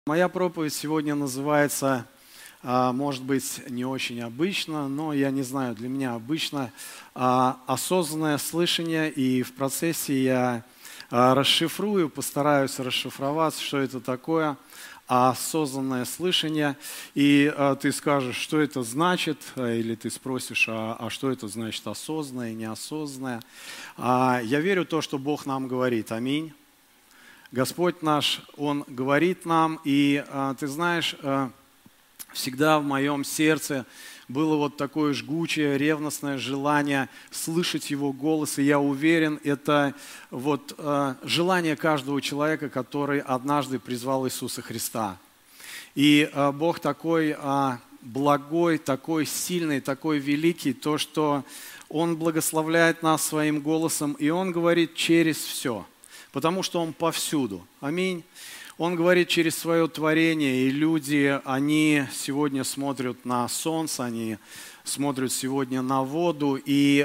Моя проповедь сегодня называется, может быть, не очень обычно, но я не знаю, для меня обычно, осознанное слышание, и в процессе я расшифрую, постараюсь расшифровать, что это такое осознанное слышание. И ты скажешь, что это значит, или ты спросишь, а что это значит осознанное и неосознанное. Я верю в то, что Бог нам говорит. Аминь. Господь наш, Он говорит нам, и ты знаешь, всегда в моем сердце было вот такое жгучее, ревностное желание слышать Его голос, и я уверен, это вот желание каждого человека, который однажды призвал Иисуса Христа. И Бог такой благой, такой сильный, такой великий, то, что Он благословляет нас своим голосом, и Он говорит через все. Потому что Он повсюду. Аминь. Он говорит через свое творение, и люди, они сегодня смотрят на солнце, они смотрят сегодня на воду, и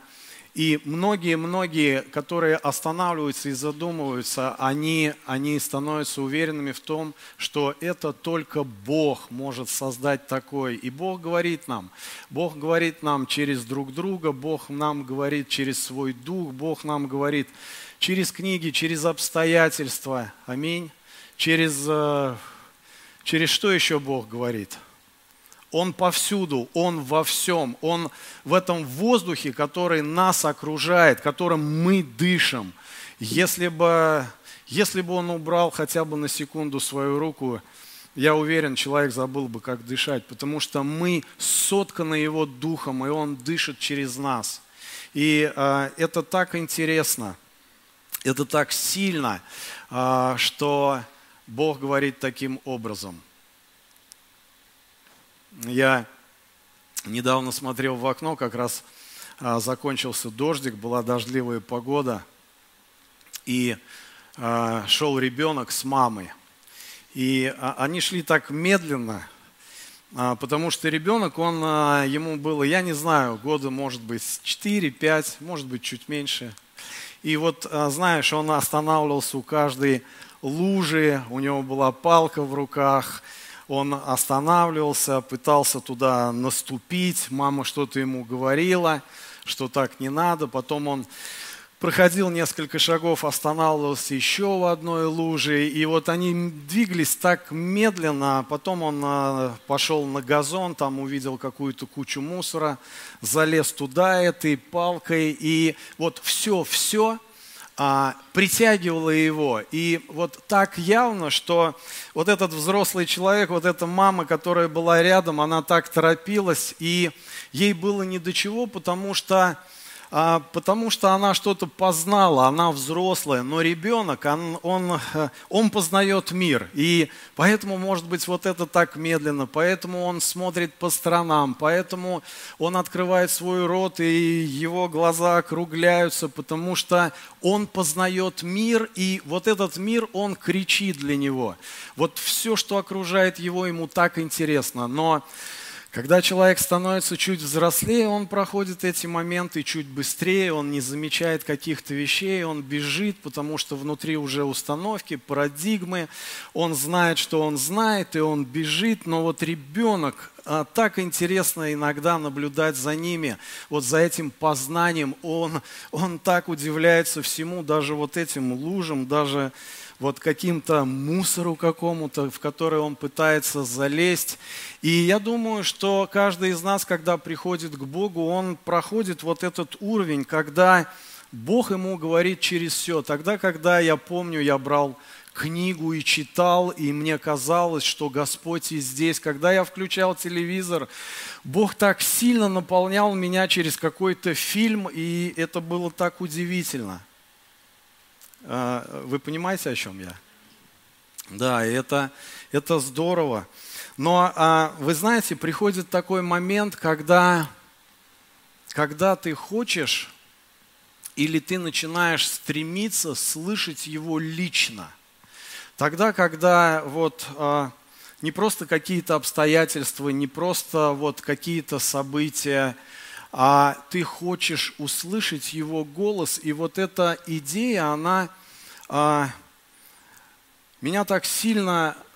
многие, которые останавливаются и задумываются, они становятся уверенными в том, что это только Бог может создать такое. И Бог говорит нам через друг друга, Бог нам говорит через свой Дух, Бог нам говорит через книги, через обстоятельства. Аминь. Через что еще Бог говорит? Он повсюду, Он во всем, Он в этом воздухе, который нас окружает, которым мы дышим. Если бы Он убрал хотя бы на секунду свою руку, я уверен, человек забыл бы, как дышать, потому что мы сотканы Его Духом, и Он дышит через нас. И это так интересно. Это так сильно, что Бог говорит таким образом. Я недавно смотрел в окно, как раз закончился дождик, была дождливая погода, и шел ребенок с мамой. И они шли так медленно, потому что ребенок, ему было, я не знаю, года, может быть, 4-5, может быть, чуть меньше. И вот, знаешь, он останавливался у каждой лужи, у него была палка в руках, он останавливался, пытался туда наступить, мама что-то ему говорила, что так не надо, потом он проходил несколько шагов, останавливался еще в одной луже, и вот они двигались так медленно, а потом он пошел на газон, там увидел какую-то кучу мусора, залез туда этой палкой, и вот все притягивало его. И вот так явно, что вот этот взрослый человек, вот эта мама, которая была рядом, она так торопилась, и ей было ни до чего, потому что она что-то познала, она взрослая, но ребенок, он познает мир, и поэтому, может быть, вот это так медленно, поэтому он смотрит по сторонам, поэтому он открывает свой рот, и его глаза округляются, потому что он познает мир, и вот этот мир, он кричит для него. Вот все, что окружает его, ему так интересно, но когда человек становится чуть взрослее, он проходит эти моменты чуть быстрее, он не замечает каких-то вещей, он бежит, потому что внутри уже установки, парадигмы, он знает, что он знает, и он бежит, но вот ребенок, так интересно иногда наблюдать за ними, вот за этим познанием, он так удивляется всему, даже вот этим лужам, даже вот каким-то мусору какому-то, в который он пытается залезть. И я думаю, что каждый из нас, когда приходит к Богу, он проходит вот этот уровень, когда Бог ему говорит через все. Тогда, когда я помню, я брал книгу и читал, и мне казалось, что Господь и здесь. Когда я включал телевизор, Бог так сильно наполнял меня через какой-то фильм, и это было так удивительно. Вы понимаете, о чем я? Да, это здорово. Но вы знаете, приходит такой момент, когда ты хочешь или ты начинаешь стремиться слышать Его лично. Тогда, когда вот не просто какие-то обстоятельства, не просто вот какие-то события, а ты хочешь услышать Его голос, и вот эта идея, она меня так сильно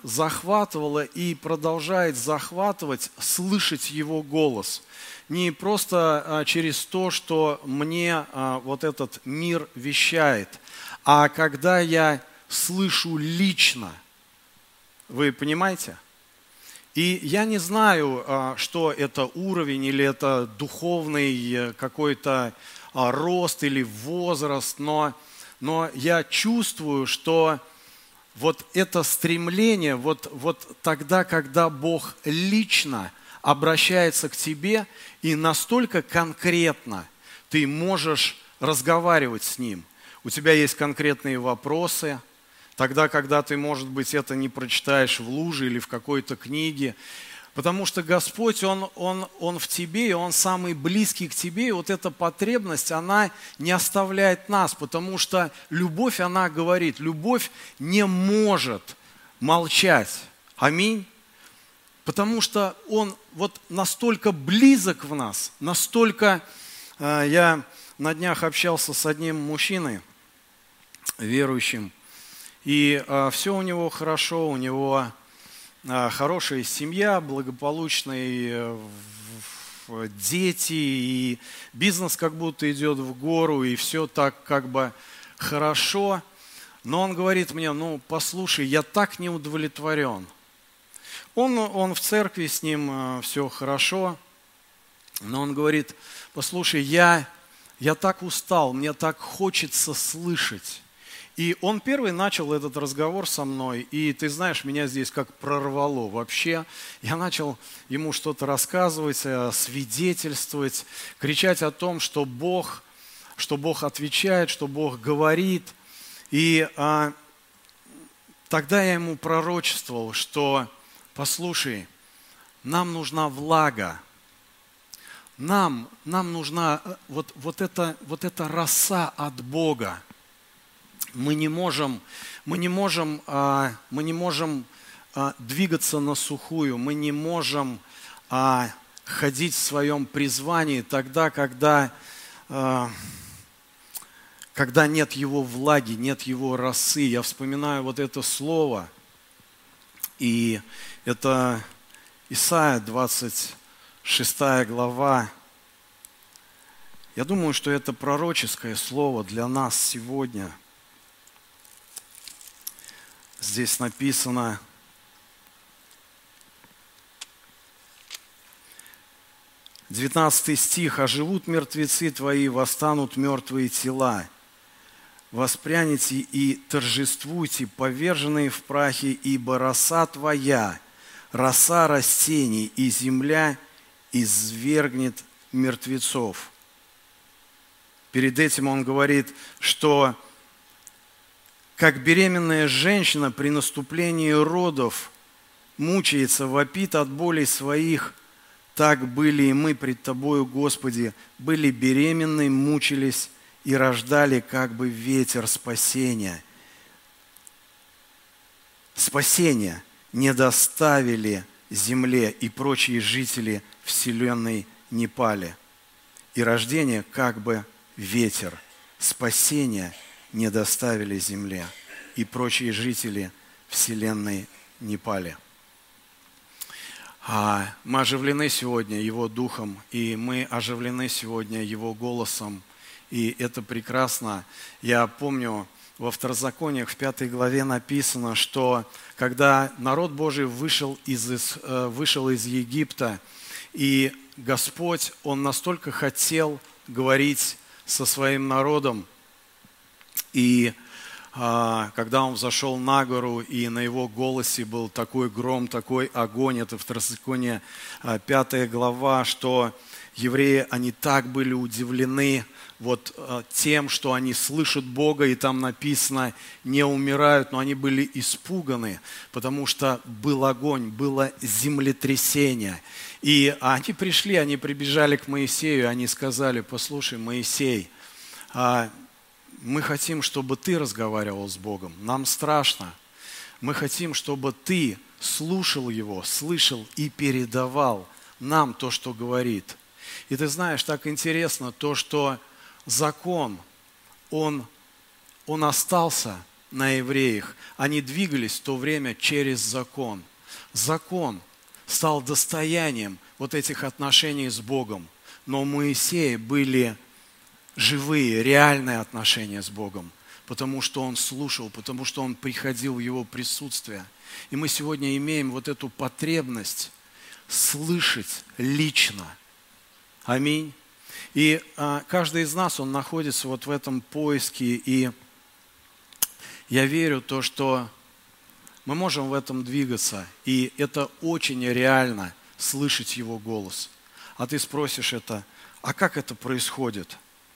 захватывало и продолжает захватывать, слышать Его голос. Не просто через то, что мне вот этот мир вещает, а когда я слышу лично. Вы понимаете? И я не знаю, что это уровень, или это духовный какой-то рост или возраст, но я чувствую, что вот это стремление, вот тогда, когда Бог лично обращается к тебе, и настолько конкретно ты можешь разговаривать с Ним. У тебя есть конкретные вопросы, тогда, когда ты, может быть, это не прочитаешь в луже или в какой-то книге, потому что Господь, Он в тебе, и Он самый близкий к тебе, и вот эта потребность, она не оставляет нас, потому что любовь, она говорит, любовь не может молчать. Аминь. Потому что Он вот настолько близок в нас, настолько... Я на днях общался с одним мужчиной, верующим, и все у него хорошо, у него хорошая семья, благополучные дети, и бизнес как будто идет в гору, и все так как бы хорошо. Но он говорит мне, послушай, я так не удовлетворен. Он в церкви, с ним все хорошо, но он говорит, послушай, я так устал, мне так хочется слышать. И он первый начал этот разговор со мной, и ты знаешь, меня здесь как прорвало вообще. Я начал ему что-то рассказывать, свидетельствовать, кричать о том, что Бог отвечает, что Бог говорит. И тогда я ему пророчествовал, что, послушай, нам нужна влага, нам нужна вот эта роса от Бога. Мы не можем двигаться на сухую, мы не можем ходить в своем призвании тогда, когда нет Его влаги, нет Его росы. Я вспоминаю вот это слово, и это Исайя, 26 глава. Я думаю, что это пророческое слово для нас сегодня. Здесь написано, 19 стих, «Оживут мертвецы твои, восстанут мертвые тела. Воспряните и торжествуйте, поверженные в прахе, ибо роса твоя, роса растений, и земля извергнет мертвецов». Перед этим он говорит, что как беременная женщина при наступлении родов мучается, вопит от болей своих, так были и мы пред Тобою, Господи, были беременны, мучились и рождали как бы ветер спасения. Спасения не доставили земле, и прочие жители вселенной не пали. И рождение как бы ветер. Спасения не доставили земле, и прочие жители вселенной не пали. Мы оживлены сегодня Его Духом, и мы оживлены сегодня Его голосом, и это прекрасно. Я помню, во Второзакониях в 5 главе написано, что когда народ Божий вышел из Египта, и Господь, Он настолько хотел говорить со своим народом, и когда Он взошел на гору, и на Его голосе был такой гром, такой огонь, это Второзаконие 5 глава, что евреи, они так были удивлены тем, что они слышат Бога, и там написано, не умирают, но они были испуганы, потому что был огонь, было землетрясение. И они прибежали к Моисею, и они сказали, послушай, Моисей, мы хотим, чтобы ты разговаривал с Богом. Нам страшно. Мы хотим, чтобы ты слушал Его, слышал и передавал нам то, что говорит. И ты знаешь, так интересно то, что закон, он остался, на евреях. Они двигались в то время через закон. Закон стал достоянием вот этих отношений с Богом. Но у Моисея были живые, реальные отношения с Богом, потому что он слушал, потому что он приходил в Его присутствие. И мы сегодня имеем вот эту потребность слышать лично. Аминь. И каждый из нас, он находится вот в этом поиске, и я верю в то, что мы можем в этом двигаться, и это очень реально слышать Его голос. А ты спросишь а как это происходит?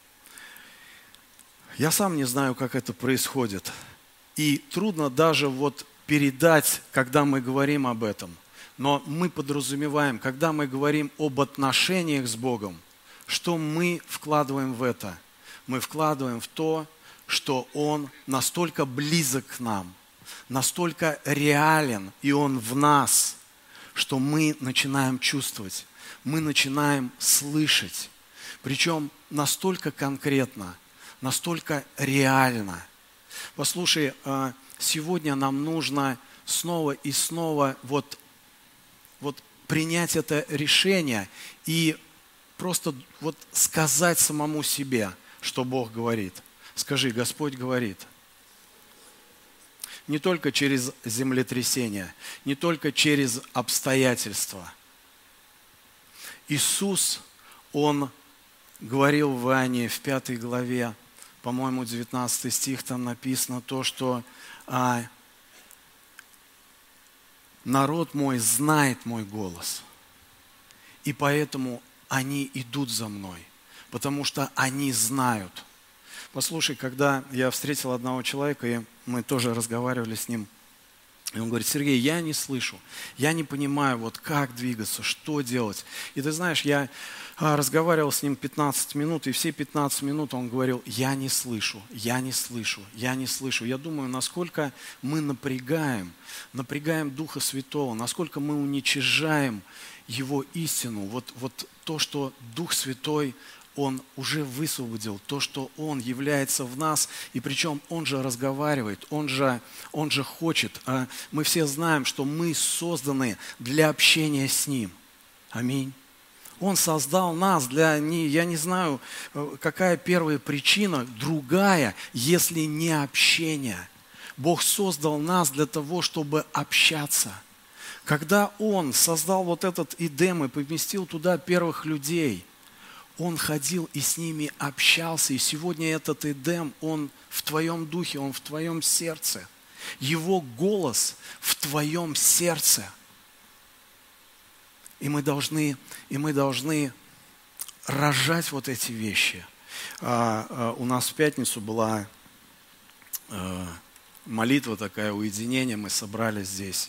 Я сам не знаю, как это происходит. И трудно даже вот передать, когда мы говорим об этом. Но мы подразумеваем, когда мы говорим об отношениях с Богом, что мы вкладываем в это? Мы вкладываем в то, что Он настолько близок к нам, настолько реален, и Он в нас, что мы начинаем чувствовать, мы начинаем слышать. Причем настолько конкретно, настолько реально. Послушай, сегодня нам нужно снова и снова вот принять это решение и просто вот сказать самому себе, что Бог говорит. Скажи, Господь говорит. Не только через землетрясение, не только через обстоятельства. Иисус, Он говорил в Иоанне в 5 главе, по-моему, 19 стих, там написано то, что народ мой знает мой голос, и поэтому они идут за мной, потому что они знают. Послушай, когда я встретил одного человека, и мы тоже разговаривали с ним, и он говорит: Сергей, я не слышу, я не понимаю, вот как двигаться, что делать. И ты знаешь, я разговаривал с ним 15 минут, и все 15 минут он говорил: я не слышу, я не слышу, я не слышу. Я думаю, насколько мы напрягаем Духа Святого, насколько мы уничижаем Его истину, вот то, что Дух Святой, Он уже высвободил, то, что Он является в нас, и причем Он же разговаривает, Он же хочет. Мы все знаем, что мы созданы для общения с Ним. Аминь. Он создал нас я не знаю, какая первая причина, другая, если не общение. Бог создал нас для того, чтобы общаться. Когда Он создал вот этот Эдем и поместил туда первых людей, Он ходил и с ними общался. И сегодня этот Эдем, он в твоем духе, он в твоем сердце. Его голос в твоем сердце. И мы должны рожать вот эти вещи. У нас в пятницу была молитва такая, уединение, мы собрались здесь.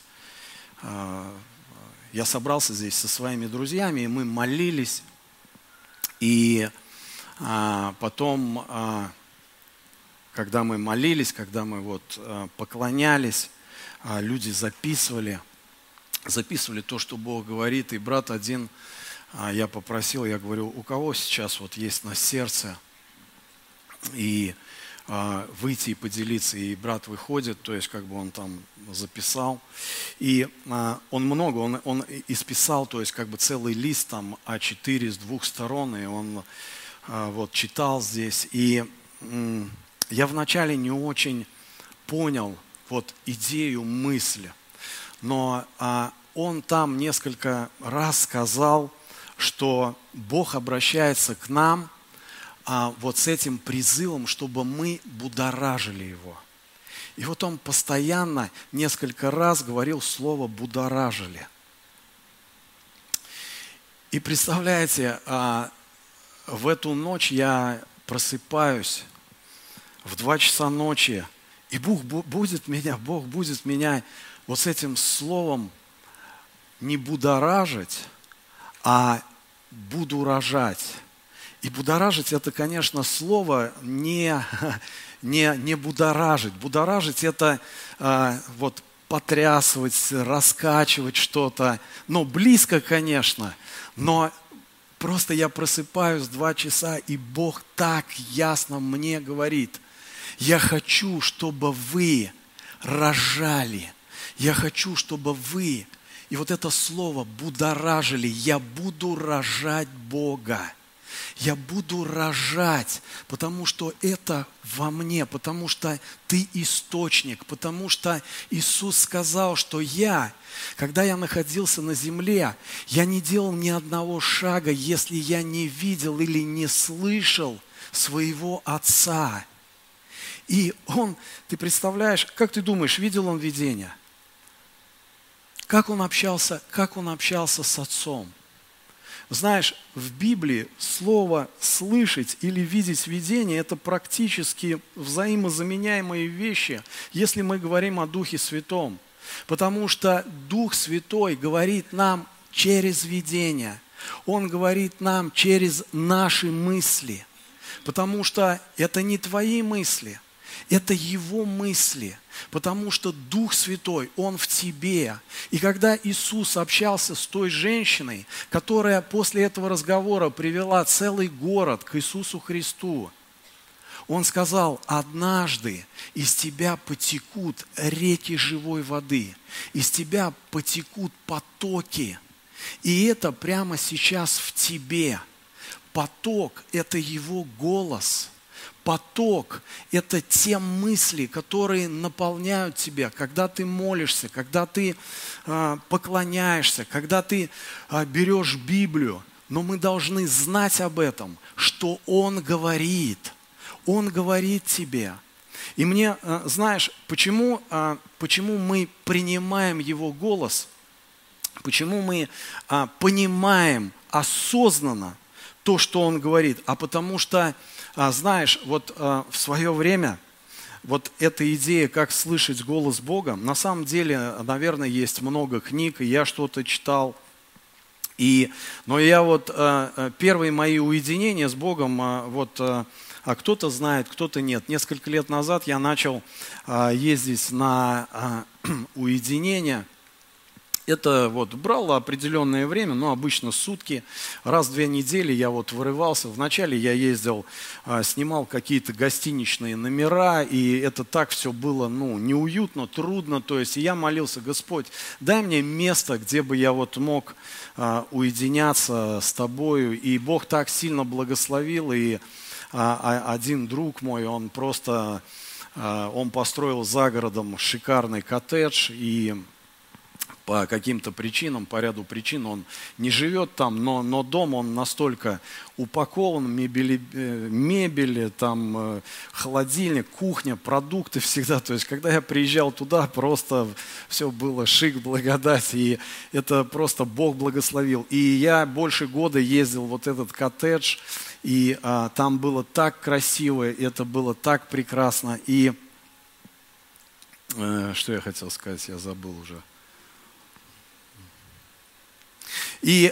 Я собрался здесь со своими друзьями, и мы молились. И потом, когда мы молились, когда мы поклонялись, люди записывали то, что Бог говорит. И брат один, я попросил, я говорю: у кого сейчас есть на сердце, и выйти и поделиться. И брат выходит, то есть он там записал. И он исписал, то есть целый лист там А4 с 2 сторон, и он читал здесь. И я вначале не очень понял идею мысли, но он там несколько раз сказал, что Бог обращается к нам с этим призывом, чтобы мы будоражили Его. И он постоянно, несколько раз говорил слово «будоражили». И представляете, в эту ночь я просыпаюсь в 2 часа ночи, и Бог будет меня с этим словом не будоражить, а будуражать. И будоражить — это, конечно, слово не будоражить. Будоражить — это потрясывать, раскачивать что-то. Но близко, конечно. Но просто я просыпаюсь в 2 часа, и Бог так ясно мне говорит: Я хочу, чтобы вы рожали. Я хочу, чтобы вы, и вот это слово будоражили, я буду рожать Бога. Я буду рожать, потому что это во мне, потому что ты источник, потому что Иисус сказал, что когда я находился на земле, я не делал ни одного шага, если я не видел или не слышал своего Отца. И ты представляешь, как ты думаешь, видел он видение? Как он общался с Отцом? Знаешь, в Библии слово «слышать» или «видеть видение» – это практически взаимозаменяемые вещи, если мы говорим о Духе Святом. Потому что Дух Святой говорит нам через видение. Он говорит нам через наши мысли. Потому что это не твои мысли, это Его мысли. Потому что Дух Святой, Он в тебе. И когда Иисус общался с той женщиной, которая после этого разговора привела целый город к Иисусу Христу, Он сказал: однажды из тебя потекут реки живой воды, из тебя потекут потоки. И это прямо сейчас в тебе. Поток – это Его голос. Поток – это те мысли, которые наполняют тебя, когда ты молишься, когда ты поклоняешься, когда ты берешь Библию. Но мы должны знать об этом, что Он говорит. Он говорит тебе. И мне, знаешь, почему мы принимаем Его голос, почему мы понимаем осознанно то, что Он говорит, а потому что, знаешь, вот в свое время вот эта идея, как слышать голос Бога, на самом деле, наверное, есть много книг, и я что-то читал. Но я вот первые мои уединения с Богом, кто-то знает, кто-то нет. Несколько лет назад я начал ездить на уединение. Это брало определенное время, обычно сутки, раз в 2 недели я вырывался. Вначале я ездил, снимал какие-то гостиничные номера, и это так все было, неуютно, трудно. То есть я молился: Господь, дай мне место, где бы я мог уединяться с Тобою. И Бог так сильно благословил, и один друг мой, он построил за городом шикарный коттедж, и по каким-то причинам, по ряду причин он не живет там, но дом он настолько упакован, мебель, там холодильник, кухня, продукты всегда. То есть, когда я приезжал туда, просто все было шик, благодать, и это просто Бог благословил. И я больше года ездил в этот коттедж, и там было так красиво, это было так прекрасно. И что я хотел сказать, я забыл уже. И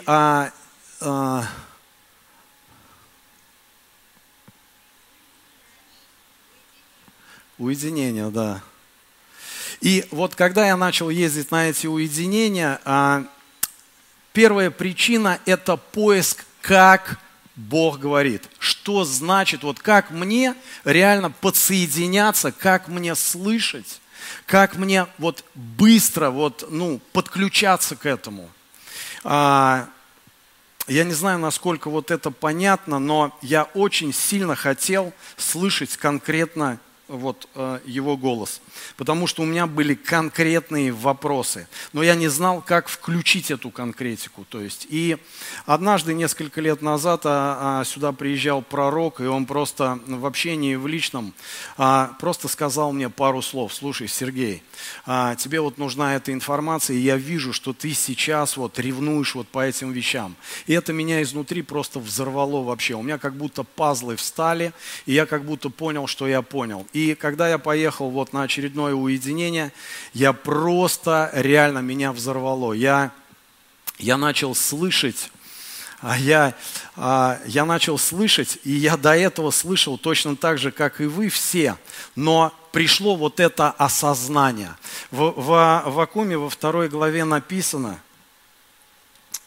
уединение, да. И когда я начал ездить на эти уединения, первая причина – это поиск, как Бог говорит. Что значит, как мне реально подсоединяться, как мне слышать, как мне быстро подключаться к этому. Я не знаю, насколько это понятно, но я очень сильно хотел слышать конкретно Его голос, потому что у меня были конкретные вопросы, но я не знал, как включить эту конкретику. И однажды, несколько лет назад, сюда приезжал пророк, и он просто в общении в личном просто сказал мне пару слов: слушай, Сергей, тебе нужна эта информация, и я вижу, что ты сейчас ревнуешь по этим вещам. И это меня изнутри просто взорвало вообще. У меня как будто пазлы встали, и я как будто понял, что я понял. И когда я поехал на очередное уединение, я просто, реально меня взорвало. Я начал слышать, я начал слышать, и я до этого слышал точно так же, как и вы все, но пришло это осознание. В Аввакуме во 2 главе написано,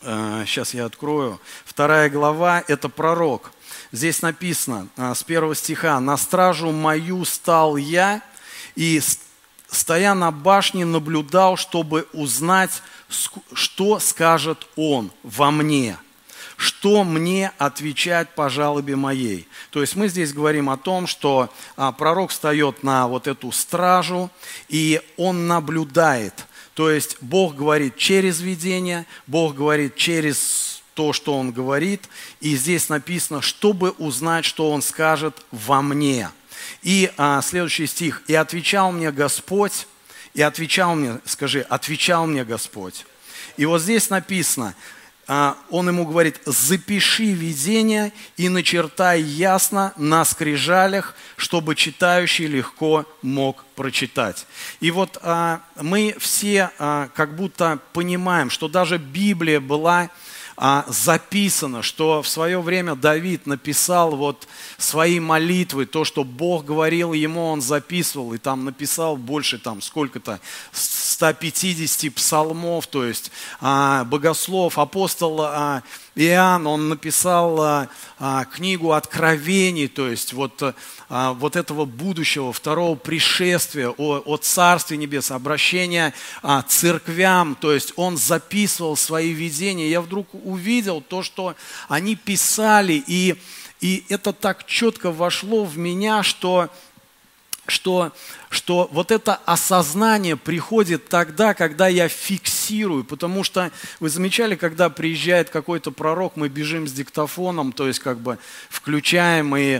сейчас я открою. 2 глава – это пророк. Здесь написано с 1 стиха: «На стражу мою стал я, и, стоя на башне, наблюдал, чтобы узнать, что скажет он во мне, что мне отвечать по жалобе моей». То есть мы здесь говорим о том, что пророк встает на вот эту стражу, и он наблюдает. То есть Бог говорит через видение, Бог говорит через то, что Он говорит. И здесь написано, чтобы узнать, что Он скажет во мне. И следующий стих. «И отвечал мне Господь», и отвечал мне, скажи, отвечал мне Господь. И вот здесь написано, Он ему говорит: запиши видение и начертай ясно на скрижалях, чтобы читающий легко мог прочитать. И вот мы все как будто понимаем, что даже Библия была записано, что в свое время Давид написал вот свои молитвы, то, что Бог говорил ему, он записывал, и там написал больше, там сколько-то, 150 псалмов, то есть богослов, апостол Иоанн, он написал книгу Откровений, то есть вот этого будущего, второго пришествия, о Царстве Небесном, обращения церквям, то есть он записывал свои видения. Я вдруг увидел то, что они писали, и это так четко вошло в меня, что вот это осознание приходит тогда, когда я фиксирую, потому что вы замечали, когда приезжает какой-то пророк, мы бежим с диктофоном, то есть как бы включаем и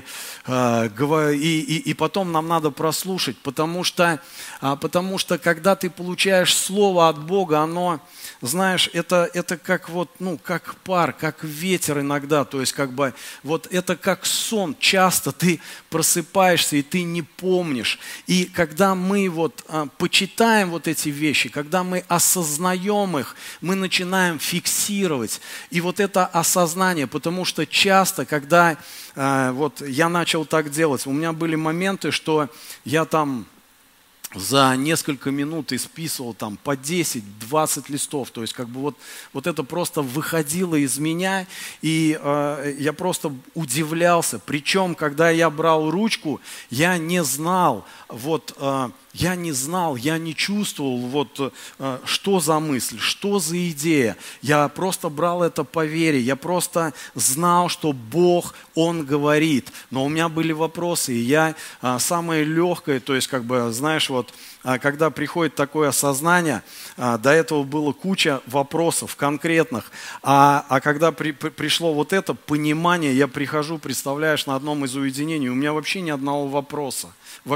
потом нам надо прослушать, потому что когда ты получаешь слово от Бога, оно, знаешь, это как вот, как пар, как ветер иногда, то есть как бы вот это как сон, часто ты просыпаешься и ты не помнишь, и когда мы вот почитаем вот эти вещи, когда мы осознаем их, мы начинаем фиксировать. И вот это осознание, потому что часто, когда вот я начал так делать, у меня были моменты, что я там за несколько минут исписывал там по 10-20 листов, то есть как бы вот это просто выходило из меня, и я просто удивлялся. Причем, когда я брал ручку, я не знал, я не чувствовал, что за мысль, что за идея. Я просто брал это по вере, я просто знал, что Бог, Он говорит. Но у меня были вопросы, и я самое легкое, то есть, как бы, знаешь, когда приходит такое осознание, до этого было куча вопросов конкретных, а когда пришло вот это понимание, я прихожу, представляешь, на одном из уединений, у меня вообще ни одного вопроса.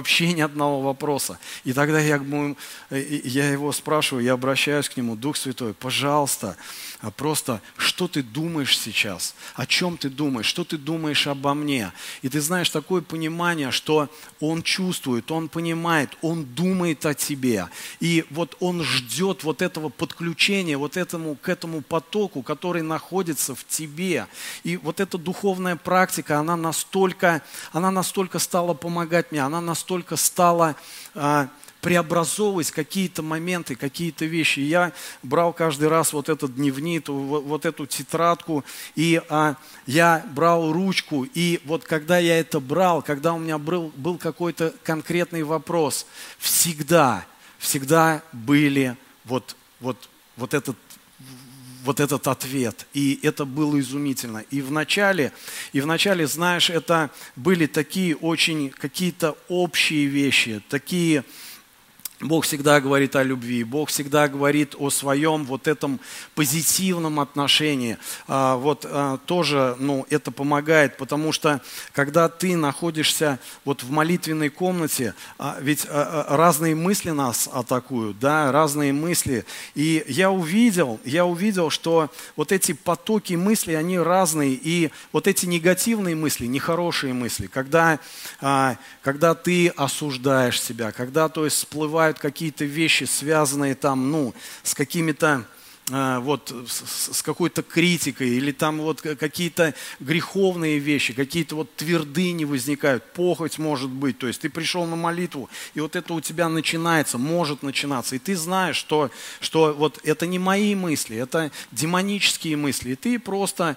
И тогда я его спрашиваю, я обращаюсь к нему: Дух Святой, пожалуйста, просто что ты думаешь сейчас? О чем ты думаешь? Что ты думаешь обо мне? И ты знаешь, такое понимание, что Он чувствует, Он понимает, Он думает о тебе. И вот Он ждет вот этого подключения, к этому потоку, который находится в тебе. И вот эта духовная практика, она настолько стала помогать мне, она настолько стала преобразовывать какие-то моменты, какие-то вещи. Я брал каждый раз вот этот дневник, вот эту тетрадку, и я брал ручку, и вот когда я это брал, когда у меня был какой-то конкретный вопрос, всегда были вот этот ответ, и это было изумительно. И вначале, знаешь, это были такие очень какие-то общие вещи, такие. Бог всегда говорит о любви, Бог всегда говорит о своем вот этом позитивном отношении. Тоже, это помогает, потому что когда ты находишься вот в молитвенной комнате, ведь разные мысли нас атакуют, да, разные мысли. И я увидел, что вот эти потоки мыслей, они разные, и вот эти негативные мысли, нехорошие мысли, когда ты осуждаешь себя, когда, то есть, всплывают какие-то вещи, связанные там, с какими-то вот с какой-то критикой, или там вот какие-то греховные вещи, какие-то вот твердыни возникают, похоть может быть, то есть ты пришел на молитву, и вот это у тебя начинается, может начинаться, и ты знаешь, что вот это не мои мысли, это демонические мысли, и ты просто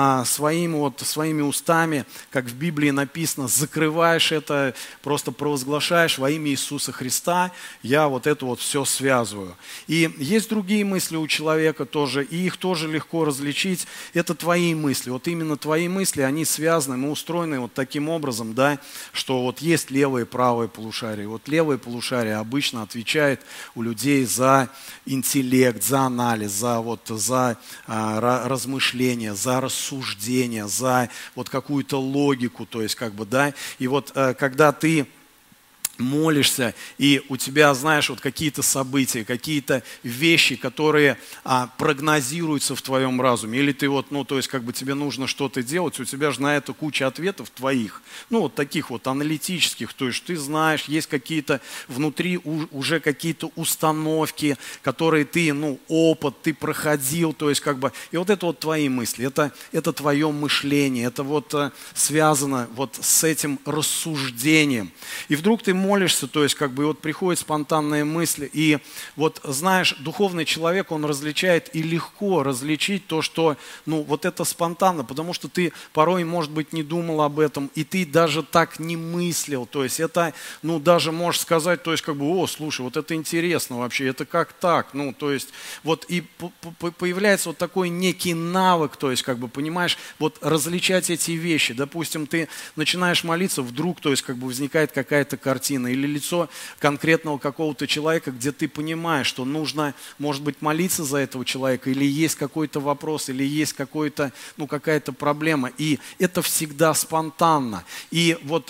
своими устами, как в Библии написано, закрываешь это, просто провозглашаешь во имя Иисуса Христа, я вот это вот все связываю. И есть другие мысли у человека тоже, и их тоже легко различить. Это твои мысли. Вот именно твои мысли, они связаны, мы устроены вот таким образом, да, что вот есть левое и правое полушарие. Вот левое полушарие обычно отвечает у людей за интеллект, за анализ, за размышления, за рассуждение, за вот какую-то логику, то есть как бы, да. И вот когда ты молишься, и у тебя, знаешь, вот какие-то события, какие-то вещи, которые прогнозируются в твоем разуме, или ты вот, то есть как бы тебе нужно что-то делать, у тебя же на это куча ответов твоих, вот таких вот аналитических, то есть ты знаешь, есть какие-то внутри уже какие-то установки, которые ты, опыт, ты проходил, то есть как бы, и вот это вот твои мысли, это твое мышление, это вот связано вот с этим рассуждением. И вдруг ты молишься, то есть как бы вот приходят спонтанные мысли, и вот знаешь, духовный человек, он различает и легко различить то, что, вот это спонтанно, потому что ты порой, может быть, не думал об этом, и ты даже так не мыслил, то есть это, даже можешь сказать, то есть как бы, слушай, вот это интересно вообще, это как так, то есть вот и появляется вот такой некий навык, то есть как бы, понимаешь, вот различать эти вещи, допустим, ты начинаешь молиться, вдруг, то есть как бы возникает какая-то картина, или лицо конкретного какого-то человека, где ты понимаешь, что нужно, может быть, молиться за этого человека, или есть какой-то вопрос, или есть какая-то проблема. И это всегда спонтанно. И вот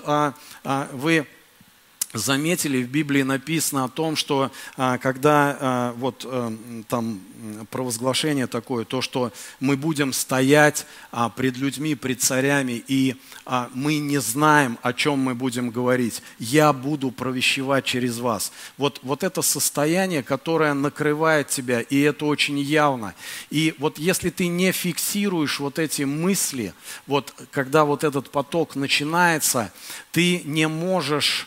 вы заметили, в Библии написано о том, что когда там провозглашение такое, то, что мы будем стоять пред людьми, пред царями, и мы не знаем, о чем мы будем говорить. Я буду провещевать через вас. Вот это состояние, которое накрывает тебя, и это очень явно. И вот если ты не фиксируешь вот эти мысли, вот когда вот этот поток начинается, ты не можешь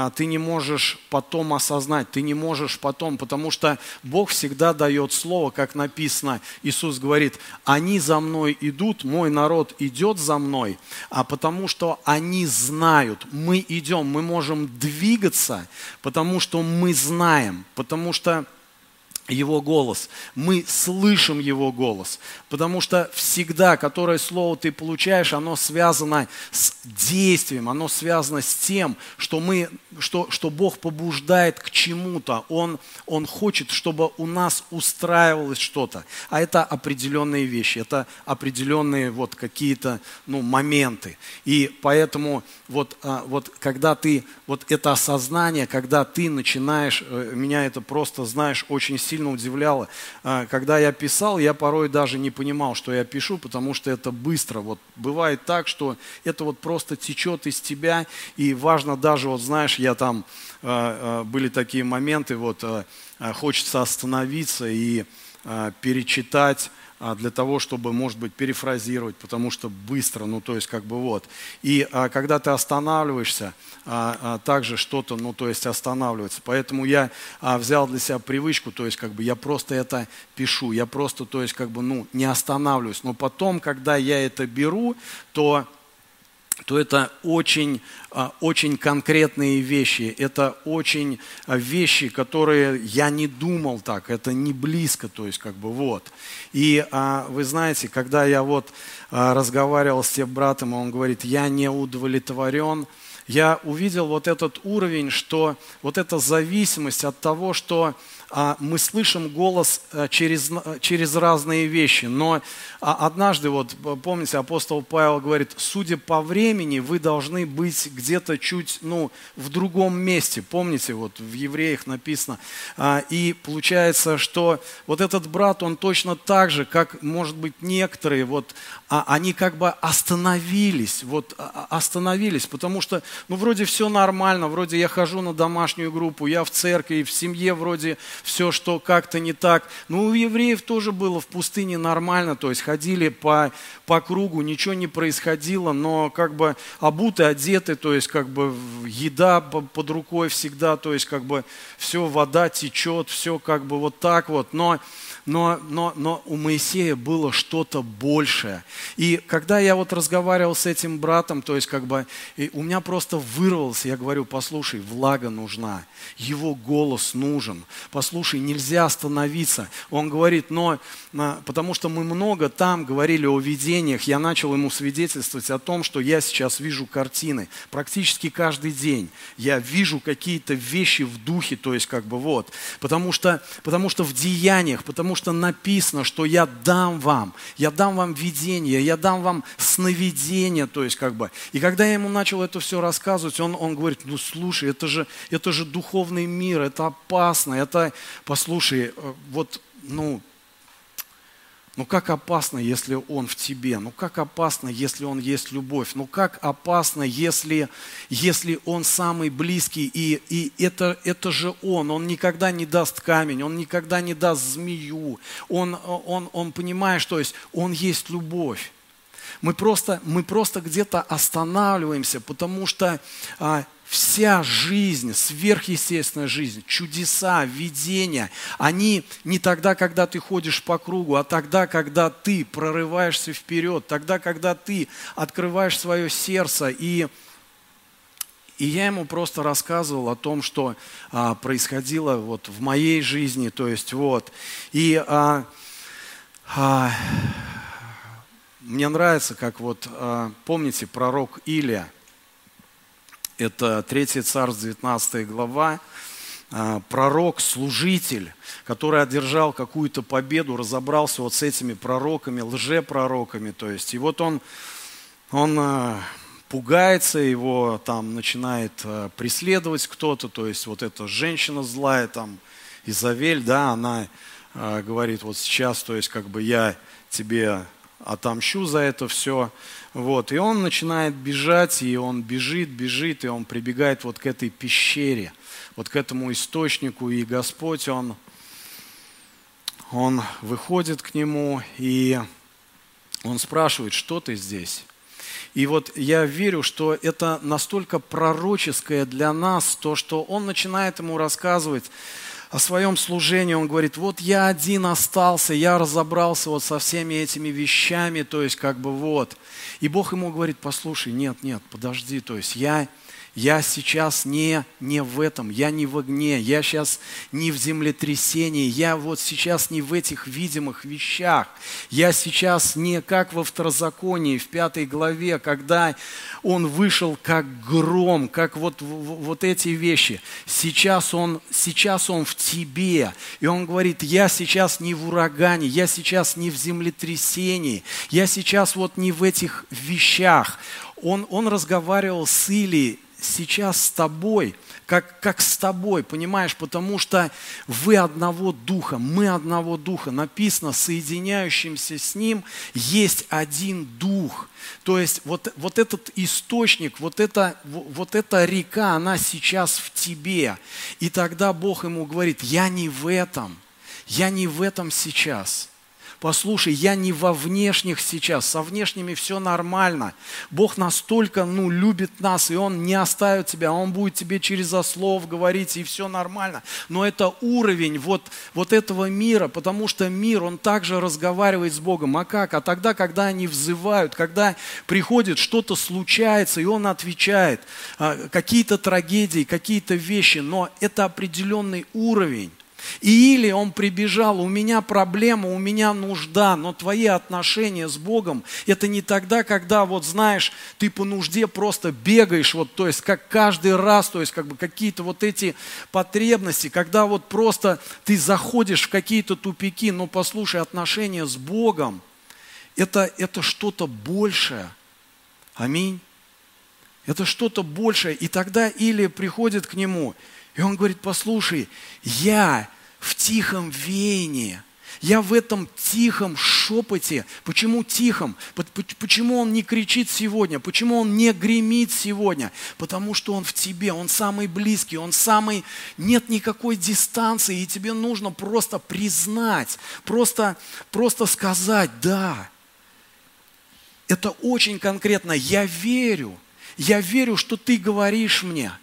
потом осознать, ты не можешь потом, потому что Бог всегда дает слово, как написано, Иисус говорит, они за мной идут, мой народ идет за мной, потому что они знают, мы идем, мы можем двигаться, потому что мы знаем, потому что Его голос, мы слышим Его голос, потому что всегда, которое слово ты получаешь, оно связано с действием, оно связано с тем, что Бог побуждает к чему-то, Он хочет, чтобы у нас устраивалось что-то, а это определенные вещи, это определенные вот какие-то моменты, и поэтому вот когда ты, вот это осознание, когда ты начинаешь, меня это просто, знаешь, очень сильно удивляло. Когда я писал, я порой даже не понимал, что я пишу, потому что это быстро. Вот бывает так, что это вот просто течет из тебя, и важно даже, вот знаешь, я там, были такие моменты, вот хочется остановиться и перечитать, для того, чтобы, может быть, перефразировать, потому что быстро, то есть как бы вот. И когда ты останавливаешься, также что-то, то есть останавливается. Поэтому я взял для себя привычку, то есть как бы я просто это пишу, я просто, то есть как бы, не останавливаюсь. Но потом, когда я это беру, то это очень, очень конкретные вещи, это очень вещи, которые я не думал так, это не близко, то есть как бы вот. И вы знаете, когда я вот разговаривал с тем братом, он говорит, я не удовлетворен, я увидел вот этот уровень, что вот эта зависимость от того, что мы слышим голос через разные вещи. Но однажды, вот помните, апостол Павел говорит, судя по времени, вы должны быть где-то чуть, в другом месте. Помните, вот в Евреях написано. И получается, что вот этот брат, он точно так же, как, может быть, некоторые, вот, они как бы остановились, потому что, вроде все нормально, вроде я хожу на домашнюю группу, я в церкви, в семье вроде все, что как-то не так. Ну, у евреев тоже было в пустыне нормально, то есть ходили по кругу, ничего не происходило, но как бы обуты, одеты, то есть как бы еда под рукой всегда, то есть как бы все, вода течет, все как бы вот так вот, но у Моисея было что-то большее. И когда я вот разговаривал с этим братом, то есть как бы у меня просто вырвалось, я говорю, послушай, влага нужна, его голос нужен, послушай, нельзя остановиться. Он говорит, потому что мы много там говорили о видениях, я начал ему свидетельствовать о том, что я сейчас вижу картины, практически каждый день я вижу какие-то вещи в духе, то есть как бы вот, потому что в деяниях, потому что написано, что я дам вам видение, я дам вам сновидение, то есть как бы. И когда я ему начал это все рассказывать, он говорит, ну слушай, это же духовный мир, это опасно, послушай, вот, ну как опасно, если он в тебе? Ну как опасно, если он есть любовь? Ну как опасно, если он самый близкий, и это же он никогда не даст камень, он никогда не даст змею, он понимаешь, то есть он есть любовь. Мы просто где-то останавливаемся, потому что вся жизнь, сверхъестественная жизнь, чудеса, видения, они не тогда, когда ты ходишь по кругу, а тогда, когда ты прорываешься вперед, тогда, когда ты открываешь свое сердце. И я ему просто рассказывал о том, что происходило вот в моей жизни, то есть вот. И мне нравится, как вот, помните, пророк Илия, это 3 Царств, 19 глава, пророк, служитель, который одержал какую-то победу, разобрался вот с этими пророками, лжепророками, то есть, и вот он пугается, его там начинает преследовать кто-то, то есть вот эта женщина злая, там, Изавель, да, она говорит, вот сейчас, то есть как бы я тебе отомщу за это все. Вот. И он начинает бежать, и он бежит, и он прибегает вот к этой пещере, вот к этому источнику, и Господь, он выходит к нему, и он спрашивает, что ты здесь? И вот я верю, что это настолько пророческое для нас, то, что он начинает ему рассказывать о своем служении, он говорит, вот я один остался, я разобрался вот со всеми этими вещами, то есть как бы вот. И Бог ему говорит, послушай, нет, подожди, то есть я сейчас не в этом, я не в огне, я сейчас не в землетрясении, я вот сейчас не в этих видимых вещах, я сейчас не как во Второзаконии, в 5 главе, когда он вышел как гром, как вот эти вещи. Сейчас он в тебе, и он говорит, я сейчас не в урагане, я сейчас не в землетрясении, я сейчас вот не в этих вещах. Он разговаривал с Илией, сейчас с тобой, как с тобой, понимаешь, потому что вы одного духа, мы одного духа. Написано, соединяющимся с ним есть один дух. То есть вот этот источник, вот эта река, она сейчас в тебе. И тогда Бог ему говорит, я не в этом сейчас. Послушай, я не во внешних сейчас, со внешними все нормально. Бог настолько, любит нас, и Он не оставит тебя, Он будет тебе через ослов говорить, и все нормально. Но это уровень вот этого мира, потому что мир, он также разговаривает с Богом. А как? А тогда, когда они взывают, когда приходит, что-то случается, и Он отвечает, какие-то трагедии, какие-то вещи, но это определенный уровень. Или он прибежал, у меня проблема, у меня нужда, но твои отношения с Богом, это не тогда, когда, вот знаешь, ты по нужде просто бегаешь, вот, то есть как каждый раз, то есть как бы какие-то вот эти потребности, когда вот просто ты заходишь в какие-то тупики, но послушай, отношения с Богом, это что-то большее. Аминь. Это что-то большее. И тогда Илия приходит к нему, и он говорит, послушай, я в тихом веянии, я в этом тихом шуме, шепоте? Почему тихом? Почему он не кричит сегодня? Почему он не гремит сегодня? Потому что он в тебе, он самый близкий, он самый... Нет никакой дистанции, и тебе нужно просто признать, просто сказать: да. Это очень конкретно. Я верю, что ты говоришь мне.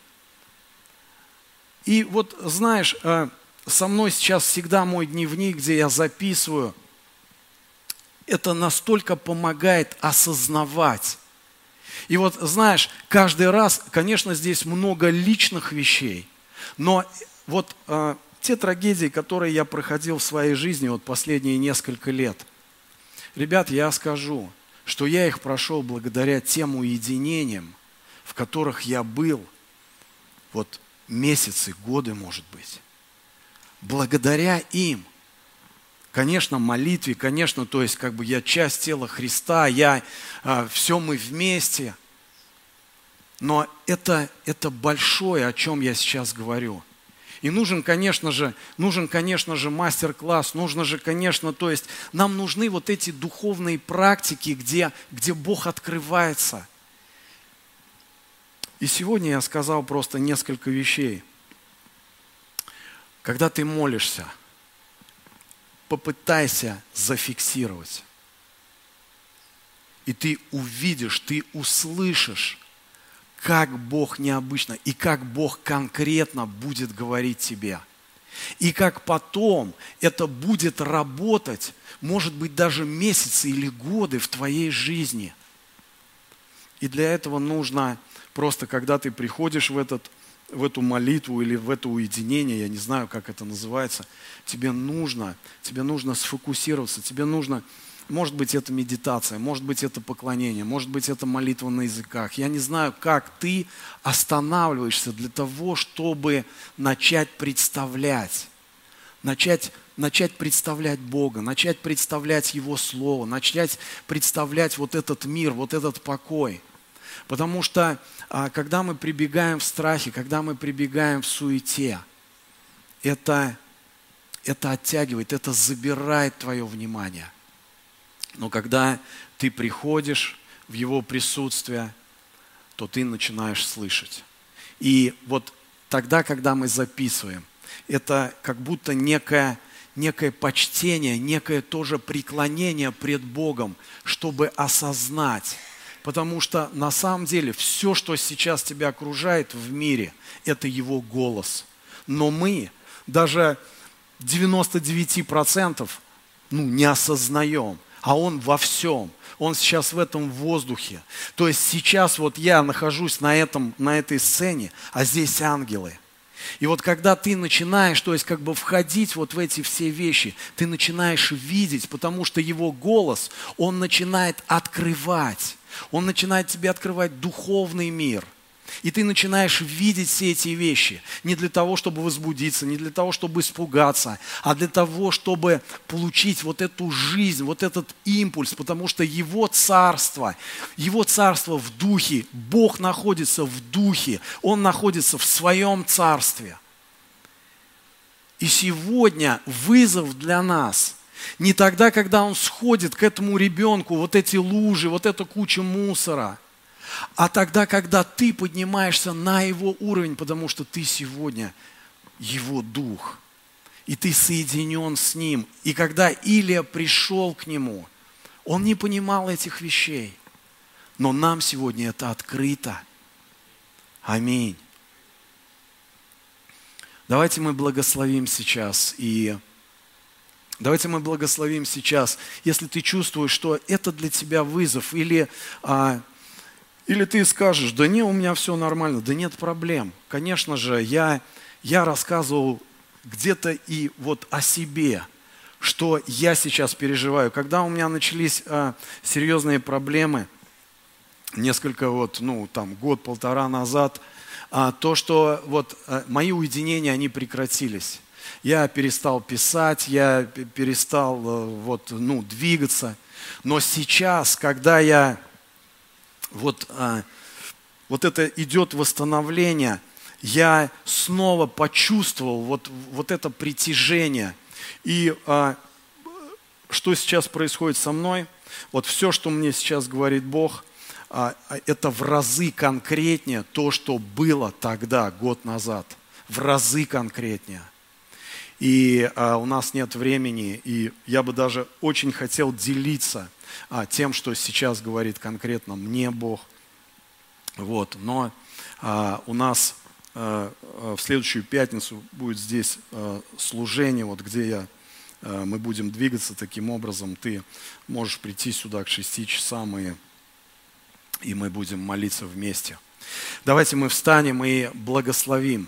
И вот, знаешь, со мной сейчас всегда мой дневник, где я записываю. Это настолько помогает осознавать. И вот, знаешь, каждый раз, конечно, здесь много личных вещей, но вот те трагедии, которые я проходил в своей жизни вот последние несколько лет, ребят, я скажу, что я их прошел благодаря тем уединениям, в которых я был вот месяцы, годы, может быть. Благодаря им, конечно, молитве, конечно, то есть как бы я часть тела Христа, все мы вместе. Но это большое, о чем я сейчас говорю. И нужен, конечно же, мастер-класс, нужно же, конечно, то есть нам нужны вот эти духовные практики, где Бог открывается. И сегодня я сказал просто несколько вещей. Когда ты молишься, попытайся зафиксировать. И ты увидишь, ты услышишь, как Бог необычно и как Бог конкретно будет говорить тебе. И как потом это будет работать, может быть, даже месяцы или годы в твоей жизни. И для этого нужно просто, когда ты приходишь в эту молитву или в это уединение, я не знаю, как это называется, тебе нужно сфокусироваться, тебе нужно, может быть, это медитация, может быть, это поклонение, может быть, это молитва на языках. Я не знаю, как ты останавливаешься для того, чтобы начать представлять Бога, начать представлять Его Слово, начать представлять вот этот мир, вот этот покой. Потому что, когда мы прибегаем в страхе, когда мы прибегаем в суете, это оттягивает, это забирает твое внимание. Но когда ты приходишь в Его присутствие, то ты начинаешь слышать. И вот тогда, когда мы записываем, это как будто некое почтение, некое тоже преклонение пред Богом, чтобы осознать. Потому что на самом деле все, что сейчас тебя окружает в мире, это Его голос. Но мы даже 99% не осознаем, а Он во всем. Он сейчас в этом воздухе. То есть сейчас вот я нахожусь на этой сцене, а здесь ангелы. И вот когда ты начинаешь, то есть как бы входить вот в эти все вещи, ты начинаешь видеть, потому что Его голос, Он начинает открывать. Он начинает тебе открывать духовный мир. И ты начинаешь видеть все эти вещи. Не для того, чтобы возбудиться, не для того, чтобы испугаться, а для того, чтобы получить вот эту жизнь, вот этот импульс. Потому что Его царство в духе. Бог находится в духе. Он находится в Своем царстве. И сегодня вызов для нас – не тогда, когда он сходит к этому ребенку, вот эти лужи, вот эта куча мусора, а тогда, когда ты поднимаешься на его уровень, потому что ты сегодня его дух, и ты соединен с ним. И когда Илия пришел к нему, он не понимал этих вещей, но нам сегодня это открыто. Аминь. Давайте мы благословим сейчас если ты чувствуешь, что это для тебя вызов, или ты скажешь: да не, у меня все нормально, да нет проблем. Конечно же, я рассказывал где-то и вот о себе, что я сейчас переживаю. Когда у меня начались серьезные проблемы, год-полтора назад, то, что мои уединения, они прекратились. Я перестал писать, я перестал двигаться. Но сейчас, когда это идет восстановление, я снова почувствовал вот это притяжение. И что сейчас происходит со мной, вот все, что мне сейчас говорит Бог, это в разы конкретнее то, что было тогда, год назад. В разы конкретнее. И у нас нет времени, и я бы даже очень хотел делиться тем, что сейчас говорит конкретно мне Бог. Вот. Но у нас в следующую пятницу будет здесь служение, вот где мы будем двигаться таким образом. Ты можешь прийти сюда к 6 часам, и мы будем молиться вместе. Давайте мы встанем и благословим.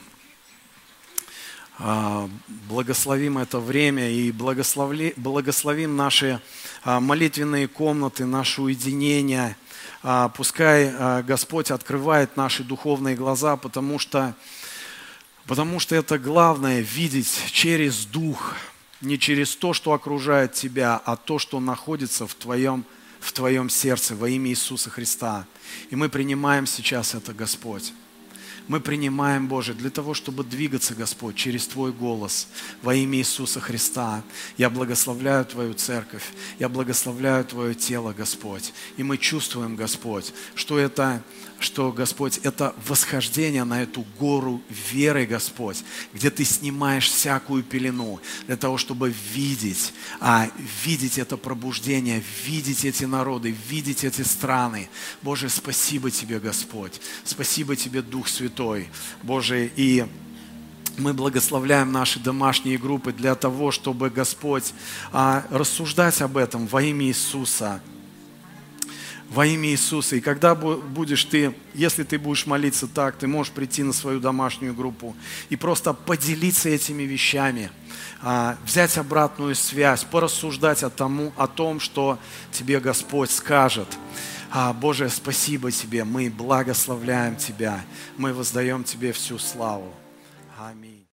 Благословим это время и благословим наши молитвенные комнаты, наше уединение. Пускай Господь открывает наши духовные глаза, потому что это главное — видеть через Дух, не через то, что окружает тебя, а то, что находится в твоем сердце во имя Иисуса Христа. И мы принимаем сейчас это, Господь. Мы принимаем, Боже, для того, чтобы двигаться, Господь, через Твой голос во имя Иисуса Христа. Я благословляю Твою церковь, я благословляю Твое тело, Господь. И мы чувствуем, Господь, что, Господь, это восхождение на эту гору веры, Господь, где Ты снимаешь всякую пелену для того, чтобы видеть это пробуждение, видеть эти народы, видеть эти страны. Боже, спасибо Тебе, Господь. Спасибо Тебе, Дух Святой. Боже, и мы благословляем наши домашние группы для того, чтобы, Господь, рассуждать об этом во имя Иисуса. Во имя Иисуса. И когда будешь ты, если ты будешь молиться так, ты можешь прийти на свою домашнюю группу и просто поделиться этими вещами, взять обратную связь, порассуждать о том, что тебе Господь скажет. Боже, спасибо Тебе, мы благословляем Тебя, мы воздаем Тебе всю славу. Аминь.